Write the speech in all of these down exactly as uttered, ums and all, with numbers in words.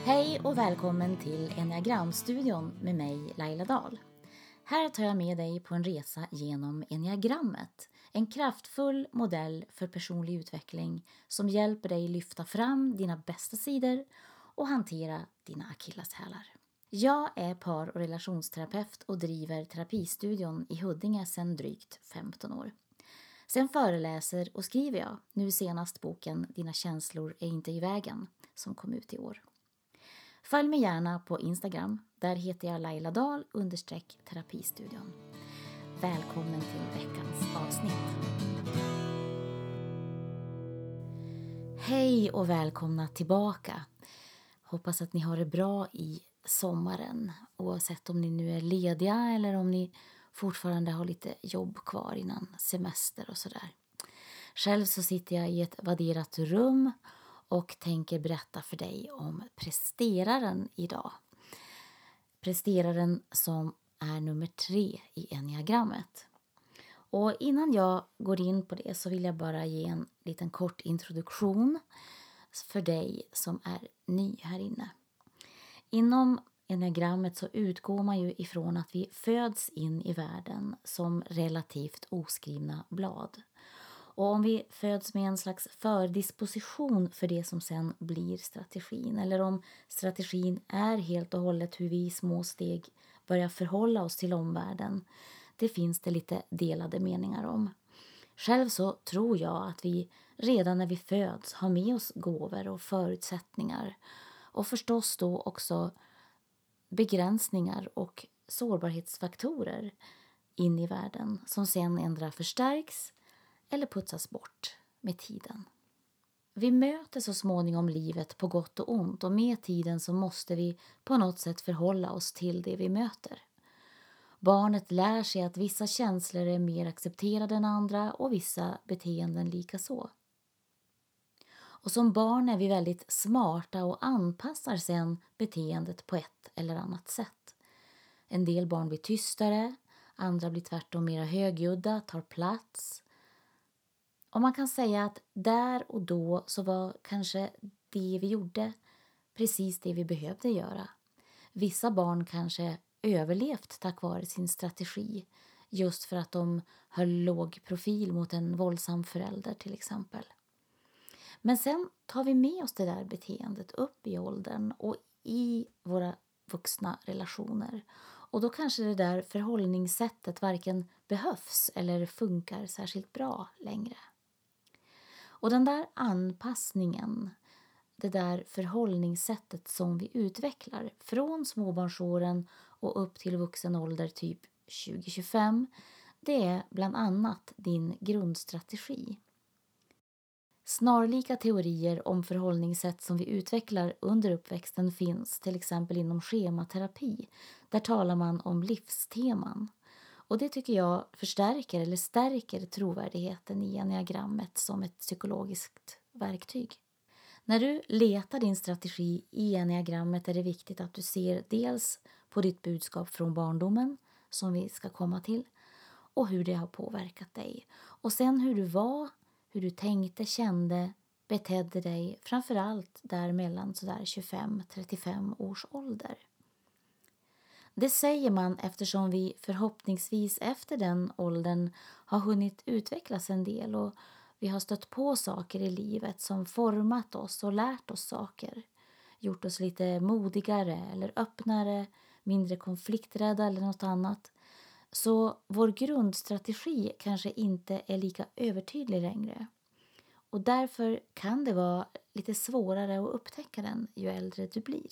Hej och välkommen till Enneagramstudion med mig Laila Dahl. Här tar jag med dig på en resa genom enneagrammet. En kraftfull modell för personlig utveckling som hjälper dig lyfta fram dina bästa sidor och hantera dina akilleshälar. Jag är par- och relationsterapeut och driver terapistudion i Huddinge sedan drygt femton år. Sen föreläser och skriver jag, nu senast boken Dina känslor är inte i vägen, som kom ut i år. Följ mig gärna på Instagram, där heter jag Laila Dahl understreck terapistudion. Välkommen till veckans avsnitt. Hej och välkomna tillbaka. Hoppas att ni har det bra i sommaren, oavsett om ni nu är lediga eller om ni fortfarande har lite jobb kvar innan semester och sådär. Själv så sitter jag i ett vadderat rum och tänker berätta för dig om presteraren idag. Presteraren som är nummer tre i enneagrammet. Och innan jag går in på det så vill jag bara ge en liten kort introduktion för dig som är ny här inne. Inom enneagrammet så utgår man ju ifrån att vi föds in i världen som relativt oskrivna blad. Och om vi föds med en slags fördisposition för det som sen blir strategin, eller om strategin är helt och hållet hur vi i små steg börjar förhålla oss till omvärlden, det finns det lite delade meningar om. Själv så tror jag att vi redan när vi föds har med oss gåvor och förutsättningar och förstås då också begränsningar och sårbarhetsfaktorer in i världen som sen ändra förstärks eller putsas bort med tiden. Vi möter så småningom livet på gott och ont, och med tiden så måste vi på något sätt förhålla oss till det vi möter. Barnet lär sig att vissa känslor är mer accepterade än andra och vissa beteenden lika så. Och som barn är vi väldigt smarta och anpassar sedan beteendet på ett eller annat sätt. En del barn blir tystare, andra blir tvärtom mer högljudda, tar plats. Och man kan säga att där och då så var kanske det vi gjorde precis det vi behövde göra. Vissa barn kanske överlevt tack vare sin strategi, just för att de höll låg profil mot en våldsam förälder till exempel. Men sen tar vi med oss det där beteendet upp i åldern och i våra vuxna relationer. Och då kanske det där förhållningssättet varken behövs eller funkar särskilt bra längre. Och den där anpassningen, det där förhållningssättet som vi utvecklar från småbarnsåren och upp till vuxen ålder typ tjugo till tjugofem, det är bland annat din grundstrategi. Snarlika teorier om förhållningssätt som vi utvecklar under uppväxten finns till exempel inom schematerapi. Där talar man om livsteman. Och det tycker jag förstärker eller stärker trovärdigheten i enneagrammet som ett psykologiskt verktyg. När du letar din strategi i enneagrammet är det viktigt att du ser dels på ditt budskap från barndomen, som vi ska komma till, och hur det har påverkat dig. Och sen hur du var, hur du tänkte, kände, betedde dig, framförallt där mellan sådär tjugofem till trettiofem års ålder. Det säger man eftersom vi förhoppningsvis efter den åldern har hunnit utvecklas en del och vi har stött på saker i livet som format oss och lärt oss saker. Gjort oss lite modigare eller öppnare, mindre konflikträdda eller något annat. Så vår grundstrategi kanske inte är lika övertydlig längre. Och därför kan det vara lite svårare att upptäcka den ju äldre du blir.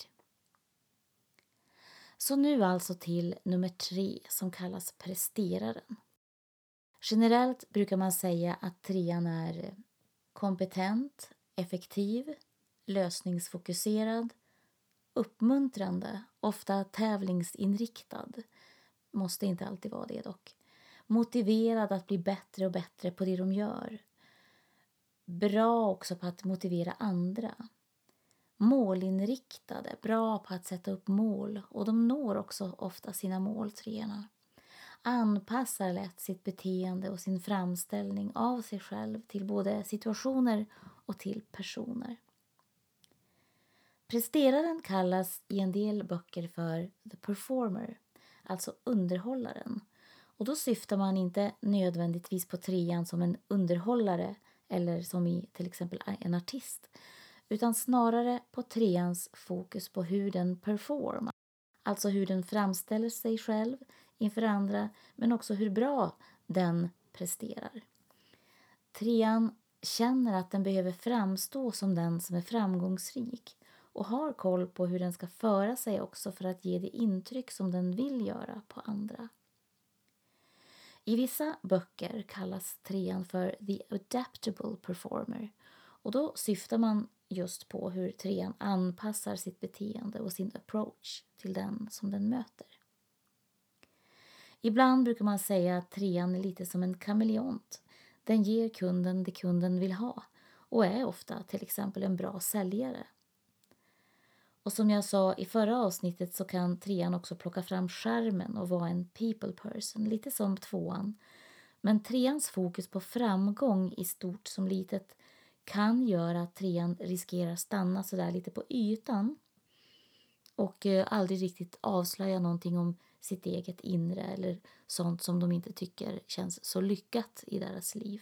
Så nu alltså till nummer tre som kallas presteraren. Generellt brukar man säga att trean är kompetent, effektiv, lösningsfokuserad, uppmuntrande, ofta tävlingsinriktad. Måste inte alltid vara det dock. Motiverad att bli bättre och bättre på det de gör. Bra också på att motivera andra. Målinriktade, bra på att sätta upp mål, och de når också ofta sina mål, treorna. Anpassar lätt sitt beteende och sin framställning av sig själv till både situationer och till personer. Presteraren kallas i en del böcker för the performer, alltså underhållaren. Och då syftar man inte nödvändigtvis på trean som en underhållare eller som i till exempel en artist, utan snarare på treans fokus på hur den performar. Alltså hur den framställer sig själv inför andra, men också hur bra den presterar. Trean känner att den behöver framstå som den som är framgångsrik och har koll på hur den ska föra sig också för att ge det intryck som den vill göra på andra. I vissa böcker kallas trean för the adaptable performer och då syftar man just på hur trean anpassar sitt beteende och sin approach till den som den möter. Ibland brukar man säga att trean är lite som en kameleont. Den ger kunden det kunden vill ha och är ofta till exempel en bra säljare. Och som jag sa i förra avsnittet så kan trean också plocka fram skärmen och vara en people person, lite som tvåan. Men treans fokus på framgång i stort som litet kan göra att trean riskerar stanna sådär lite på ytan och aldrig riktigt avslöja någonting om sitt eget inre eller sånt som de inte tycker känns så lyckat i deras liv.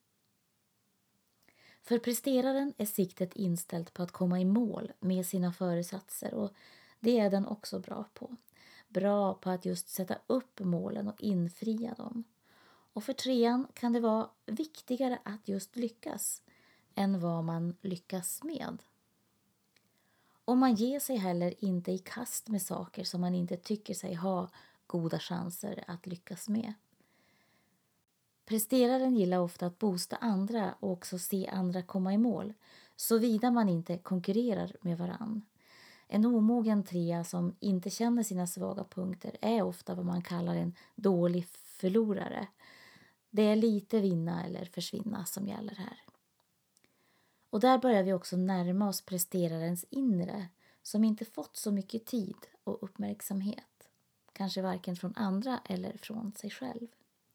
För presteraren är siktet inställt på att komma i mål med sina föresatser och det är den också bra på. Bra på att just sätta upp målen och infria dem. Och för trean kan det vara viktigare att just lyckas än vad man lyckas med. Och man ger sig heller inte i kast med saker som man inte tycker sig ha goda chanser att lyckas med. Presteraren gillar ofta att boosta andra och också se andra komma i mål, såvida man inte konkurrerar med varann. En omogen trea som inte känner sina svaga punkter är ofta vad man kallar en dålig förlorare. Det är lite vinna eller försvinna som gäller här. Och där börjar vi också närma oss presterarens inre som inte fått så mycket tid och uppmärksamhet. Kanske varken från andra eller från sig själv.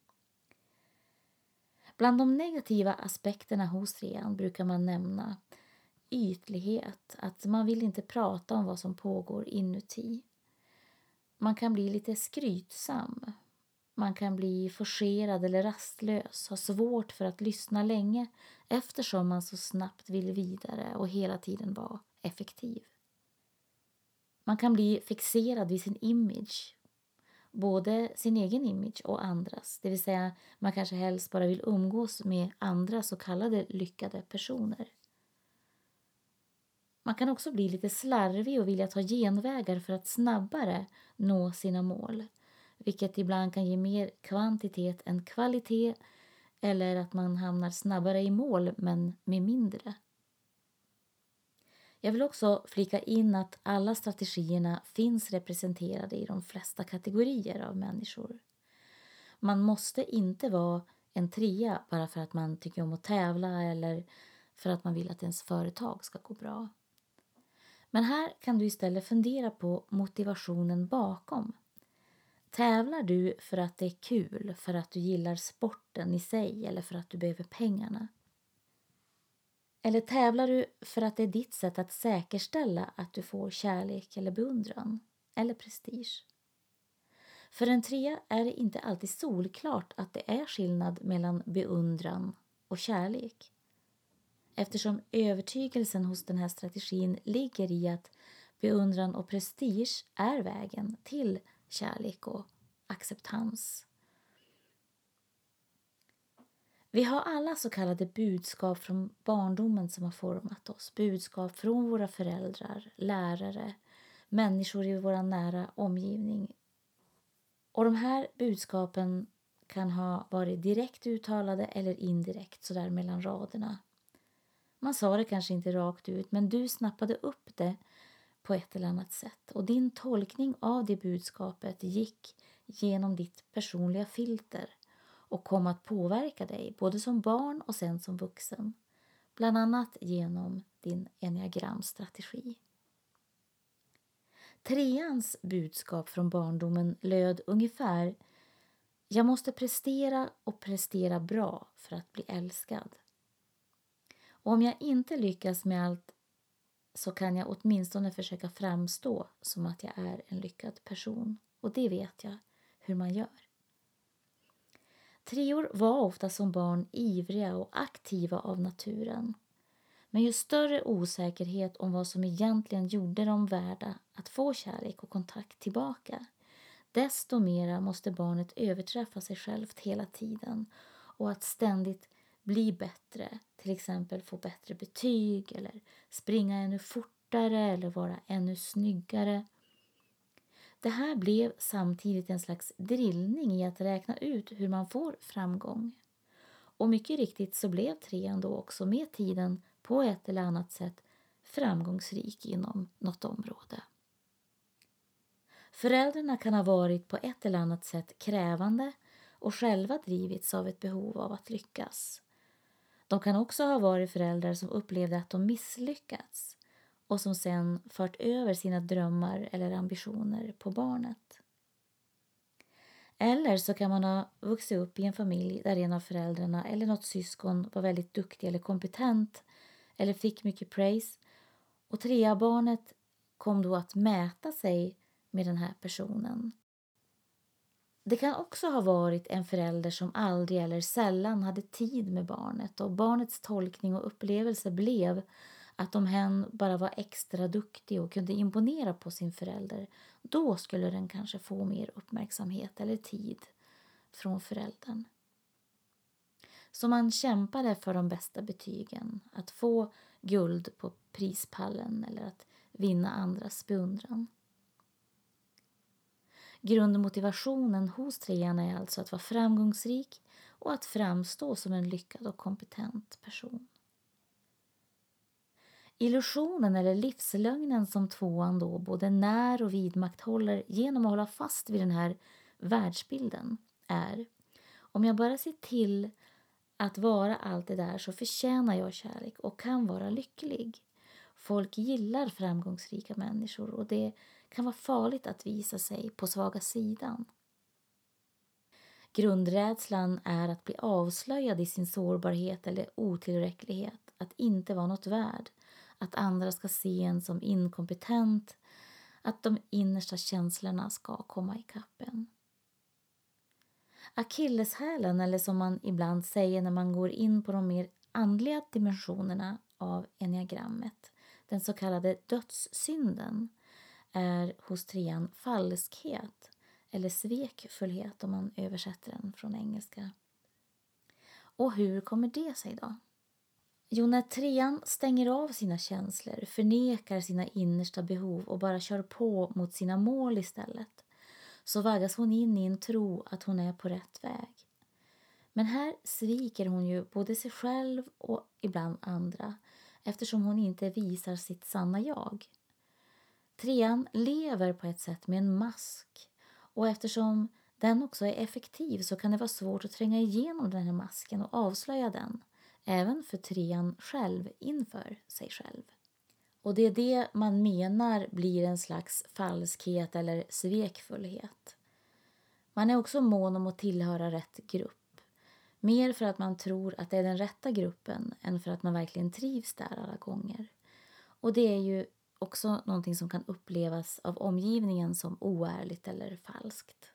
Bland de negativa aspekterna hos trean brukar man nämna ytlighet, att man vill inte prata om vad som pågår inuti. Man kan bli lite skrytsam. Man kan bli forcerad eller rastlös, ha svårt för att lyssna länge eftersom man så snabbt vill vidare och hela tiden vara effektiv. Man kan bli fixerad vid sin image, både sin egen image och andras. Det vill säga man kanske helst bara vill umgås med andra så kallade lyckade personer. Man kan också bli lite slarvig och vilja ta genvägar för att snabbare nå sina mål. Vilket ibland kan ge mer kvantitet än kvalitet eller att man hamnar snabbare i mål men med mindre. Jag vill också flika in att alla strategierna finns representerade i de flesta kategorier av människor. Man måste inte vara en trea bara för att man tycker om att tävla eller för att man vill att ens företag ska gå bra. Men här kan du istället fundera på motivationen bakom. Tävlar du för att det är kul, för att du gillar sporten i sig eller för att du behöver pengarna? Eller tävlar du för att det är ditt sätt att säkerställa att du får kärlek eller beundran eller prestige? För en trea är det inte alltid solklart att det är skillnad mellan beundran och kärlek. Eftersom övertygelsen hos den här strategin ligger i att beundran och prestige är vägen till kärlek och acceptans. Vi har alla så kallade budskap från barndomen som har format oss. Budskap från våra föräldrar, lärare, människor i vår nära omgivning. Och de här budskapen kan ha varit direkt uttalade eller indirekt sådär mellan raderna. Man sa det kanske inte rakt ut men du snappade upp det på ett eller annat sätt. Och din tolkning av det budskapet gick genom ditt personliga filter och kom att påverka dig både som barn och sen som vuxen. Bland annat genom din enneagramstrategi. Treans budskap från barndomen löd ungefär: jag måste prestera och prestera bra för att bli älskad. Och om jag inte lyckas med allt så kan jag åtminstone försöka framstå som att jag är en lyckad person. Och det vet jag hur man gör. Treor var ofta som barn ivriga och aktiva av naturen. Men ju större osäkerhet om vad som egentligen gjorde dem värda att få kärlek och kontakt tillbaka, desto mera måste barnet överträffa sig självt hela tiden och att ständigt bli bättre, till exempel få bättre betyg eller springa ännu fortare eller vara ännu snyggare. Det här blev samtidigt en slags drillning i att räkna ut hur man får framgång. Och mycket riktigt så blev trean då också med tiden på ett eller annat sätt framgångsrik inom något område. Föräldrarna kan ha varit på ett eller annat sätt krävande och själva drivits av ett behov av att lyckas. De kan också ha varit föräldrar som upplevde att de misslyckats och som sen fört över sina drömmar eller ambitioner på barnet. Eller så kan man ha vuxit upp i en familj där en av föräldrarna eller något syskon var väldigt duktig eller kompetent eller fick mycket praise. Och trea barnet kom då att mäta sig med den här personen. Det kan också ha varit en förälder som aldrig eller sällan hade tid med barnet och barnets tolkning och upplevelse blev att om hen bara var extra duktig och kunde imponera på sin förälder, då skulle den kanske få mer uppmärksamhet eller tid från föräldern. Så man kämpade för de bästa betygen, att få guld på prispallen eller att vinna andras beundran. Grundmotivationen hos trean är alltså att vara framgångsrik och att framstå som en lyckad och kompetent person. Illusionen eller livslögnen som tvåan då både när och vidmakthåller genom att hålla fast vid den här världsbilden är: om jag bara ser till att vara allt det där så förtjänar jag kärlek och kan vara lycklig. Folk gillar framgångsrika människor och det kan vara farligt att visa sig på svaga sidan. Grundrädslan är att bli avslöjad i sin sårbarhet eller otillräcklighet, att inte vara något värd, att andra ska se en som inkompetent, att de innersta känslorna ska komma i kappen. Akilleshälen, eller som man ibland säger när man går in på de mer andliga dimensionerna av enneagrammet, den så kallade dödssynden, är hos trean falskhet eller svekfullhet om man översätter den från engelska. Och hur kommer det sig då? Jo, när trean stänger av sina känslor, förnekar sina innersta behov och bara kör på mot sina mål istället, så vaggas hon in i en tro att hon är på rätt väg. Men här sviker hon ju både sig själv och ibland andra, eftersom hon inte visar sitt sanna jag. Trean lever på ett sätt med en mask, och eftersom den också är effektiv så kan det vara svårt att tränga igenom den här masken och avslöja den, även för trean själv inför sig själv. Och det är det man menar blir en slags falskhet eller svekfullhet. Man är också mån om att tillhöra rätt grupp. Mer för att man tror att det är den rätta gruppen än för att man verkligen trivs där alla gånger. Och det är ju också någonting som kan upplevas av omgivningen som oärligt eller falskt.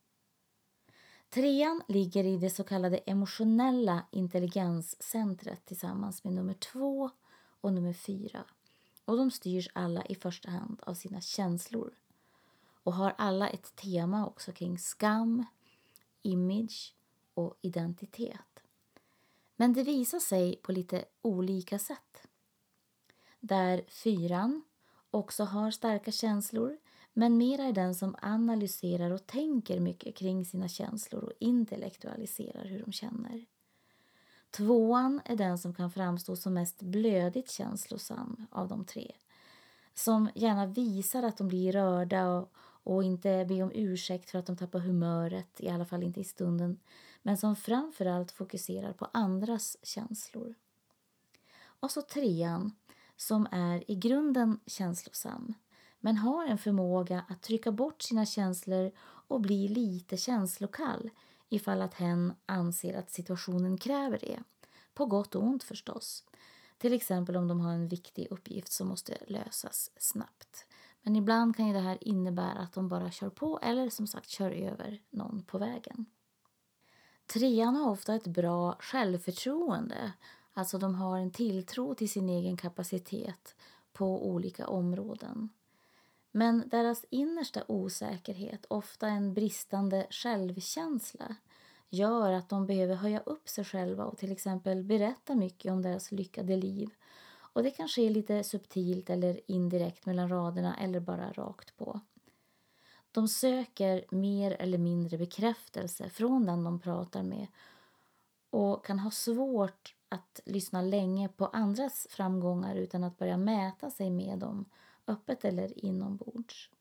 Trean ligger i det så kallade emotionella intelligenscentret tillsammans med nummer två och nummer fyra. Och de styrs alla i första hand av sina känslor. Och har alla ett tema också kring skam, image och identitet. Men det visar sig på lite olika sätt. Där fyran också har starka känslor, men mera är den som analyserar och tänker mycket kring sina känslor och intellektualiserar hur de känner. Tvåan är den som kan framstå som mest blödigt känslosam av de tre. Som gärna visar att de blir rörda och, och inte ber om ursäkt för att de tappar humöret, i alla fall inte i stunden. Men som framförallt fokuserar på andras känslor. Och så trean som är i grunden känslosam, men har en förmåga att trycka bort sina känslor och bli lite känslokall ifall att hen anser att situationen kräver det. På gott och ont förstås. Till exempel om de har en viktig uppgift som måste lösas snabbt. Men ibland kan ju det här innebära att de bara kör på eller som sagt kör över någon på vägen. Trean har ofta ett bra självförtroende. Alltså de har en tilltro till sin egen kapacitet på olika områden. Men deras innersta osäkerhet, ofta en bristande självkänsla, gör att de behöver höja upp sig själva och till exempel berätta mycket om deras lyckade liv. Och det kan ske lite subtilt eller indirekt mellan raderna eller bara rakt på. De söker mer eller mindre bekräftelse från den de pratar med och kan ha svårt att lyssna länge på andras framgångar utan att börja mäta sig med dem, öppet eller inombords.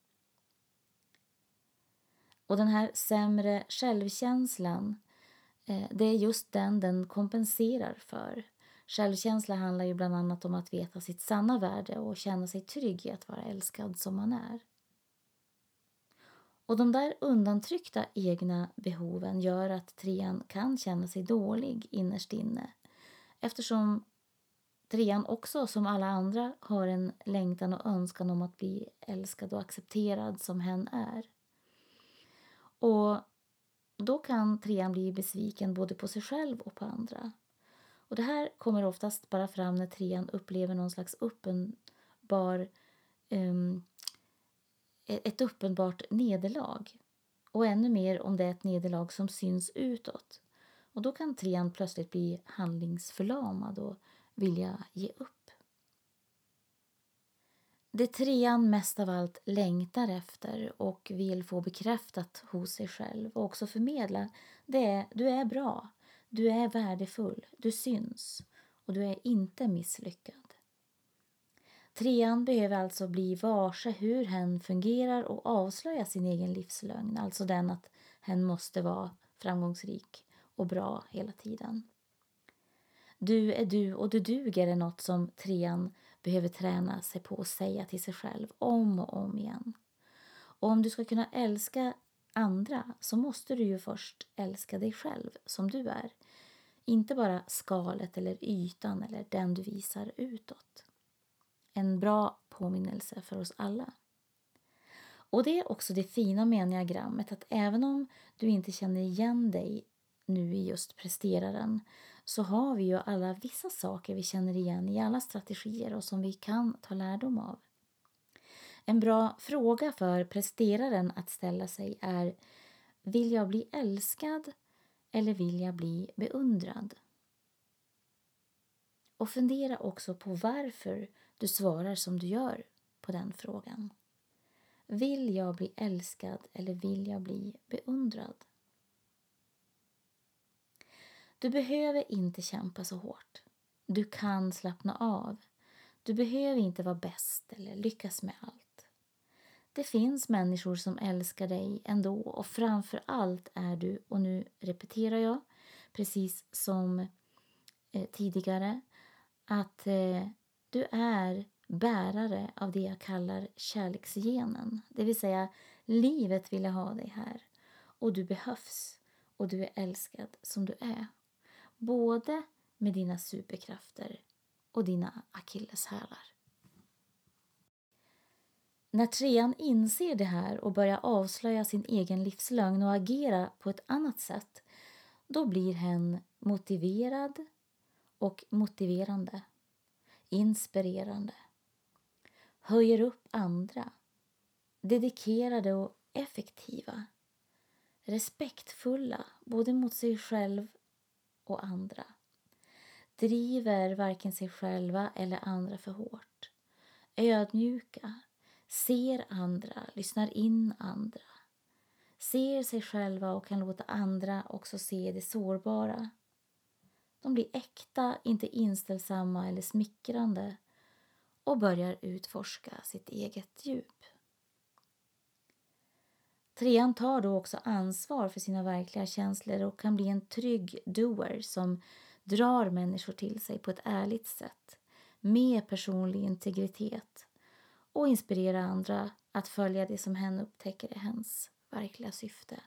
Och den här sämre självkänslan, det är just den den kompenserar för. Självkänsla handlar ju bland annat om att veta sitt sanna värde och känna sig trygg i att vara älskad som man är. Och de där undantryckta egna behoven gör att trean kan känna sig dålig innerst inne. Eftersom trean också som alla andra har en längtan och önskan om att bli älskad och accepterad som hen är. Och då kan trean bli besviken både på sig själv och på andra. Och det här kommer oftast bara fram när trean upplever någon slags uppenbar, um, ett uppenbart nederlag. Och ännu mer om det är ett nederlag som syns utåt. Och då kan trean plötsligt bli handlingsförlamad och vilja ge upp. Det trean mest av allt längtar efter och vill få bekräftat hos sig själv och också förmedla, det är: du är bra, du är värdefull, du syns och du är inte misslyckad. Trean behöver alltså bli varse hur hen fungerar och avslöja sin egen livslögn, alltså den att hen måste vara framgångsrik och bra hela tiden. Du är du och du duger är något som trean behöver träna sig på att säga till sig själv om och om igen. Och om du ska kunna älska andra så måste du ju först älska dig själv som du är. Inte bara skalet eller ytan eller den du visar utåt. En bra påminnelse för oss alla. Och det är också det fina med enneagrammet, att även om du inte känner igen dig nu i just presteraren, så har vi ju alla vissa saker vi känner igen i alla strategier och som vi kan ta lärdom av. En bra fråga för presteraren att ställa sig är: vill jag bli älskad eller vill jag bli beundrad? Och fundera också på varför du svarar som du gör på den frågan. Vill jag bli älskad eller vill jag bli beundrad? Du behöver inte kämpa så hårt. Du kan slappna av. Du behöver inte vara bäst eller lyckas med allt. Det finns människor som älskar dig ändå och framför allt är du, och nu repeterar jag, precis som eh, tidigare, att eh, du är bärare av det jag kallar kärleksgenen. Det vill säga, livet vill ha dig här och du behövs och du är älskad som du är. Både med dina superkrafter och dina akilleshälar. När trean inser det här och börjar avslöja sin egen livslögn och agera på ett annat sätt, då blir hen motiverad och motiverande, inspirerande, höjer upp andra, dedikerade och effektiva, respektfulla både mot sig själv och andra, driver varken sig själva eller andra för hårt, ödmjuka, ser andra, lyssnar in andra, ser sig själva och kan låta andra också se det sårbara. De blir äkta, inte inställsamma eller smickrande och börjar utforska sitt eget djup. Trean tar då också ansvar för sina verkliga känslor och kan bli en trygg doer som drar människor till sig på ett ärligt sätt med personlig integritet och inspirerar andra att följa det som hen upptäcker är hens verkliga syfte.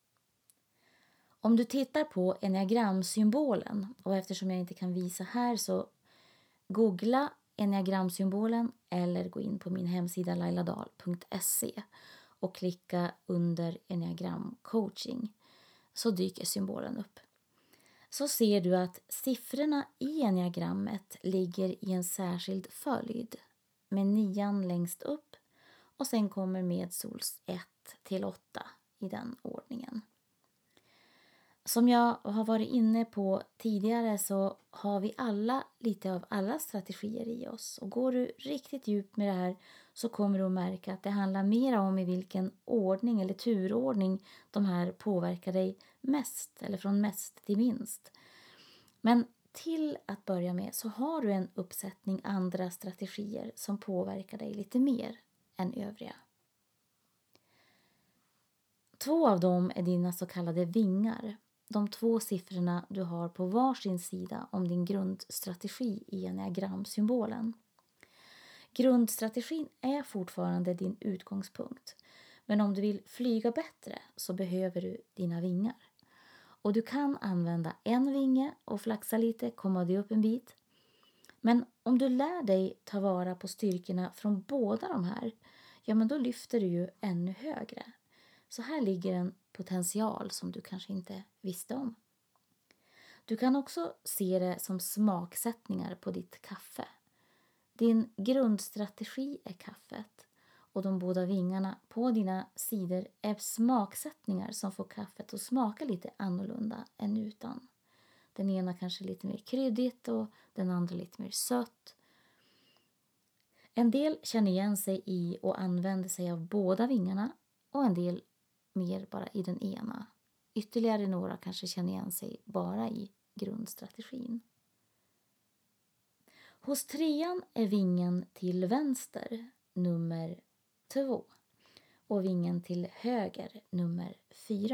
Om du tittar på enneagramsymbolen, och eftersom jag inte kan visa här så googla enneagramsymbolen eller gå in på min hemsida lailadal punkt se och klicka under enneagramcoaching, så dyker symbolen upp. Så ser du att siffrorna i enneagrammet ligger i en särskild följd med nian längst upp och sen kommer medsols ett till åtta i den ordningen. Som jag har varit inne på tidigare så har vi alla lite av alla strategier i oss. Och går du riktigt djupt med det här så kommer du att märka att det handlar mer om i vilken ordning eller turordning de här påverkar dig mest, eller från mest till minst. Men till att börja med så har du en uppsättning andra strategier som påverkar dig lite mer än övriga. Två av dem är dina så kallade vingar. De två siffrorna du har på varsin sida om din grundstrategi i enneagramsymbolen. Grundstrategin är fortfarande din utgångspunkt. Men om du vill flyga bättre så behöver du dina vingar. Och du kan använda en vinge och flaxa lite, komma dig upp en bit. Men om du lär dig ta vara på styrkorna från båda de här, ja men då lyfter du ju ännu högre. Så här ligger en potential som du kanske inte visste om. Du kan också se det som smaksättningar på ditt kaffe. Din grundstrategi är kaffet och de båda vingarna på dina sidor är smaksättningar som får kaffet att smaka lite annorlunda än utan. Den ena kanske lite mer kryddigt och den andra lite mer sött. En del känner igen sig i och använder sig av båda vingarna och en del mer bara i den ena. Ytterligare några kanske känner igen sig bara i grundstrategin. Hos trean är vingen till vänster nummer två och vingen till höger nummer fyra.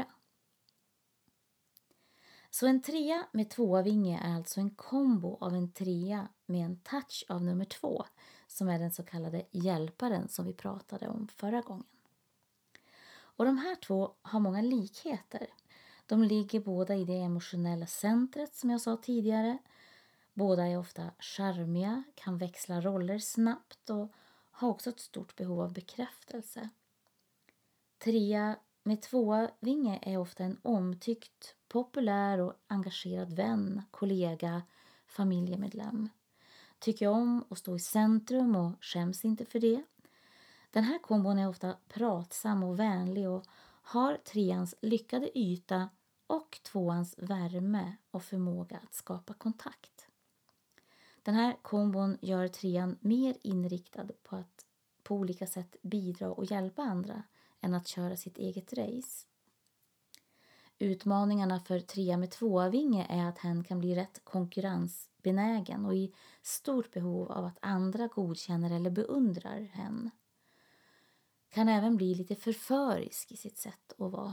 Så en trea med tvåa vinge är alltså en kombo av en trea med en touch av nummer två som är den så kallade hjälparen som vi pratade om förra gången. Och de här två har många likheter. De ligger båda i det emotionella centret som jag sa tidigare. Båda är ofta charmiga, kan växla roller snabbt och har också ett stort behov av bekräftelse. Trea med tvåa vinge är ofta en omtyckt, populär och engagerad vän, kollega, familjemedlem. Tycker om att stå i centrum och skäms inte för det. Den här kombon är ofta pratsam och vänlig och har treans lyckade yta och tvåans värme och förmåga att skapa kontakt. Den här kombon gör trean mer inriktad på att på olika sätt bidra och hjälpa andra än att köra sitt eget race. Utmaningarna för trea med tvåa vinge är att hen kan bli rätt konkurrensbenägen och i stort behov av att andra godkänner eller beundrar hen. Kan även bli lite förförisk i sitt sätt att vara.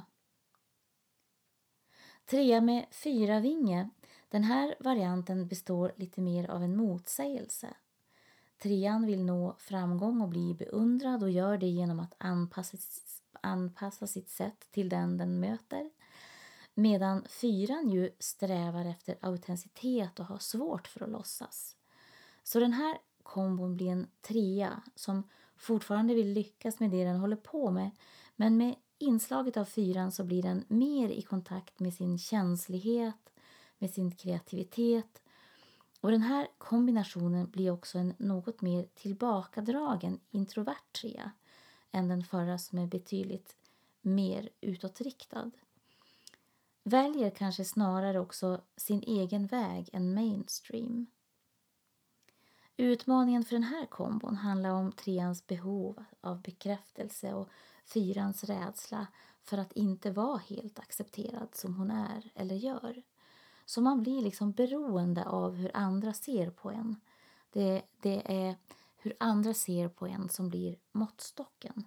Trea med fyra vinge, den här varianten består lite mer av en motsägelse. Trean vill nå framgång och bli beundrad och gör det genom att anpassa, anpassa sitt sätt till den den möter. Medan fyran ju strävar efter autenticitet och har svårt för att låtsas. Så den här kombon blir en trea som fortfarande vill lyckas med det den håller på med. Men med inslaget av fyran så blir den mer i kontakt med sin känslighet, med sin kreativitet. Och den här kombinationen blir också en något mer tillbakadragen introvert trea än den förra som är betydligt mer utåtriktad. Väljer kanske snarare också sin egen väg än mainstream. Utmaningen för den här kombon handlar om treans behov av bekräftelse och fyrans rädsla för att inte vara helt accepterad som hon är eller gör. Så man blir liksom beroende av hur andra ser på en. Det, det är hur andra ser på en som blir måttstocken.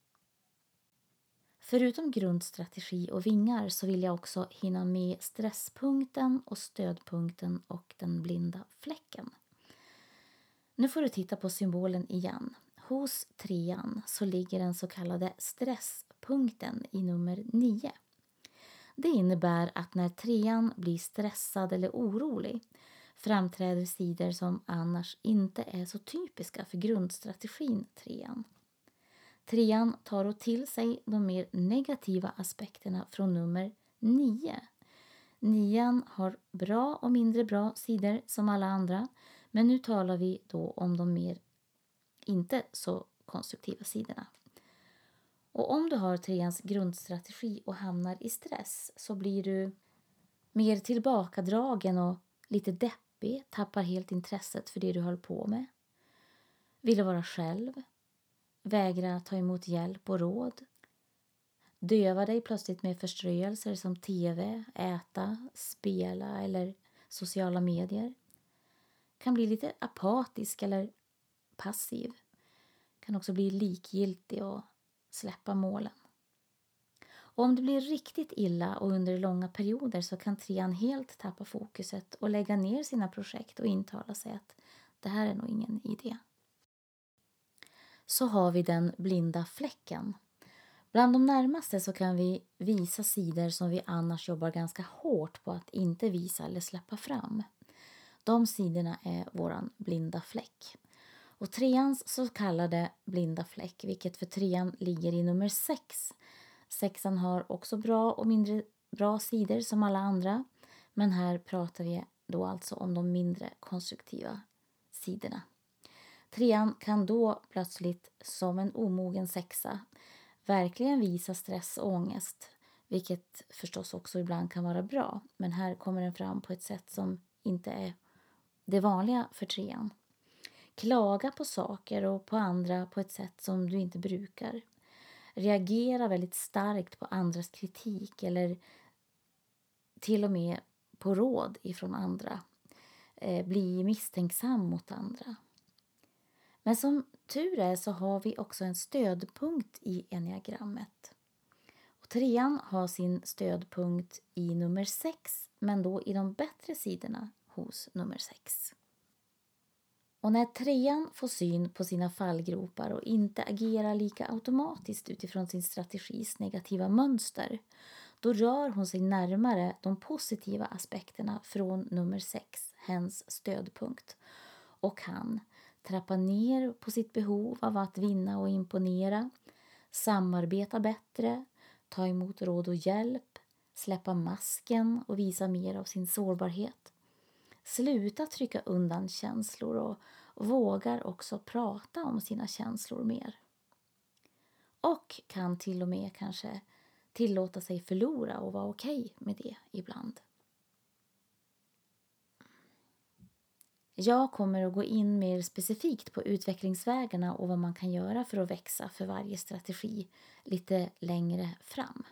Förutom grundstrategi och vingar så vill jag också hinna med stresspunkten och stödpunkten och den blinda fläcken. Nu får du titta på symbolen igen. Hos trean så ligger den så kallade stresspunkten i nummer nio. Det innebär att när trean blir stressad eller orolig framträder sidor som annars inte är så typiska för grundstrategin trean. Trean tar då till sig de mer negativa aspekterna från nummer nio. Nian har bra och mindre bra sidor som alla andra, men nu talar vi då om de mer inte så konstruktiva sidorna. Och om du har treans grundstrategi och hamnar i stress så blir du mer tillbakadragen och lite deppig, tappar helt intresset för det du höll på med. Vill vara själv, vägra ta emot hjälp och råd. Döva dig plötsligt med förströelser som tv, äta, spela eller sociala medier. Kan bli lite apatisk eller passiv. Kan också bli likgiltig och släppa målen. Och om det blir riktigt illa och under långa perioder så kan trean helt tappa fokuset och lägga ner sina projekt och intala sig att det här är nog ingen idé. Så har vi den blinda fläcken. Bland de närmaste så kan vi visa sidor som vi annars jobbar ganska hårt på att inte visa eller släppa fram. De sidorna är våran blinda fläck. Och treans så kallade blinda fläck, vilket för trean ligger i nummer sex. Sexan har också bra och mindre bra sidor som alla andra. Men här pratar vi då alltså om de mindre konstruktiva sidorna. Trean kan då plötsligt som en omogen sexa verkligen visa stress och ångest. Vilket förstås också ibland kan vara bra. Men här kommer den fram på ett sätt som inte är det vanliga för trean. Klaga på saker och på andra på ett sätt som du inte brukar. Reagera väldigt starkt på andras kritik eller till och med på råd ifrån andra. Eh, bli misstänksam mot andra. Men som tur är så har vi också en stödpunkt i enneagrammet. Och trean har sin stödpunkt i nummer sex, men då i de bättre sidorna hos nummer sex. Och när trean får syn på sina fallgropar och inte agerar lika automatiskt utifrån sin strategis negativa mönster, då rör hon sig närmare de positiva aspekterna från nummer sex, hens stödpunkt, och kan trappa ner på sitt behov av att vinna och imponera, samarbeta bättre, ta emot råd och hjälp, släppa masken och visa mer av sin sårbarhet. Sluta trycka undan känslor och vågar också prata om sina känslor mer. Och kan till och med kanske tillåta sig förlora och vara okej med det ibland. Jag kommer att gå in mer specifikt på utvecklingsvägarna och vad man kan göra för att växa för varje strategi lite längre fram.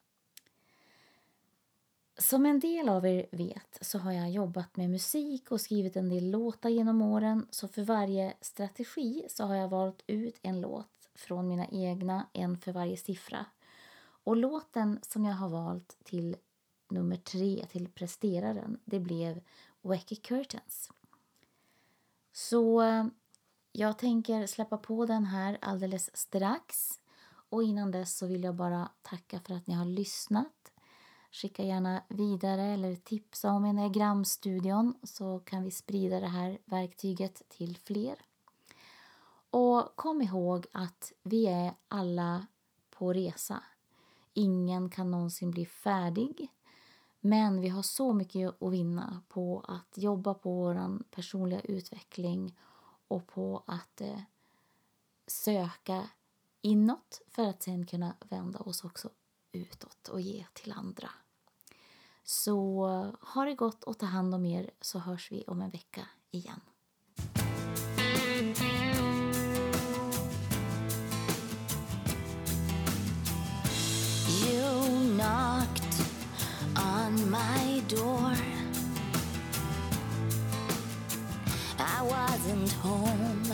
Som en del av er vet så har jag jobbat med musik och skrivit en del låtar genom åren. Så för varje strategi så har jag valt ut en låt från mina egna, en för varje siffra. Och låten som jag har valt till nummer tre, till presteraren, det blev Wacky Curtains. Så jag tänker släppa på den här alldeles strax. Och innan dess så vill jag bara tacka för att ni har lyssnat. Skicka gärna vidare eller tipsa om enneagramstudion så kan vi sprida det här verktyget till fler. Och kom ihåg att vi är alla på resa. Ingen kan någonsin bli färdig. Men vi har så mycket att vinna på att jobba på vår personliga utveckling och på att eh, söka inåt för att sen kunna vända oss också utåt och ge till andra. Så ha det gott och ta hand om er, så hörs vi om en vecka igen. You knocked on my door. I wasn't home.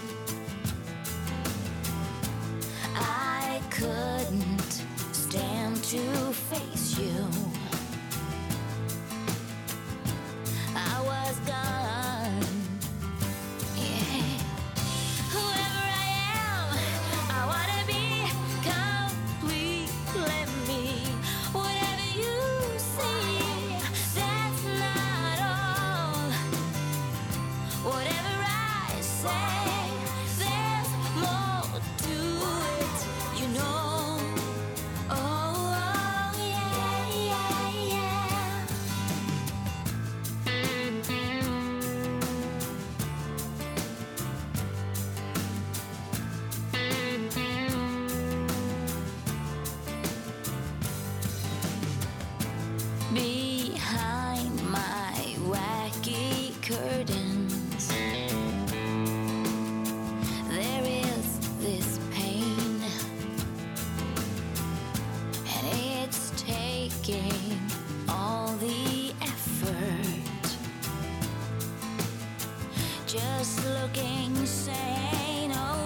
I couldn't stand to face you. I was gone. Yeah. Whoever I am, I wanna be complete. Let me, whatever you see, that's not all looking sane. Oh,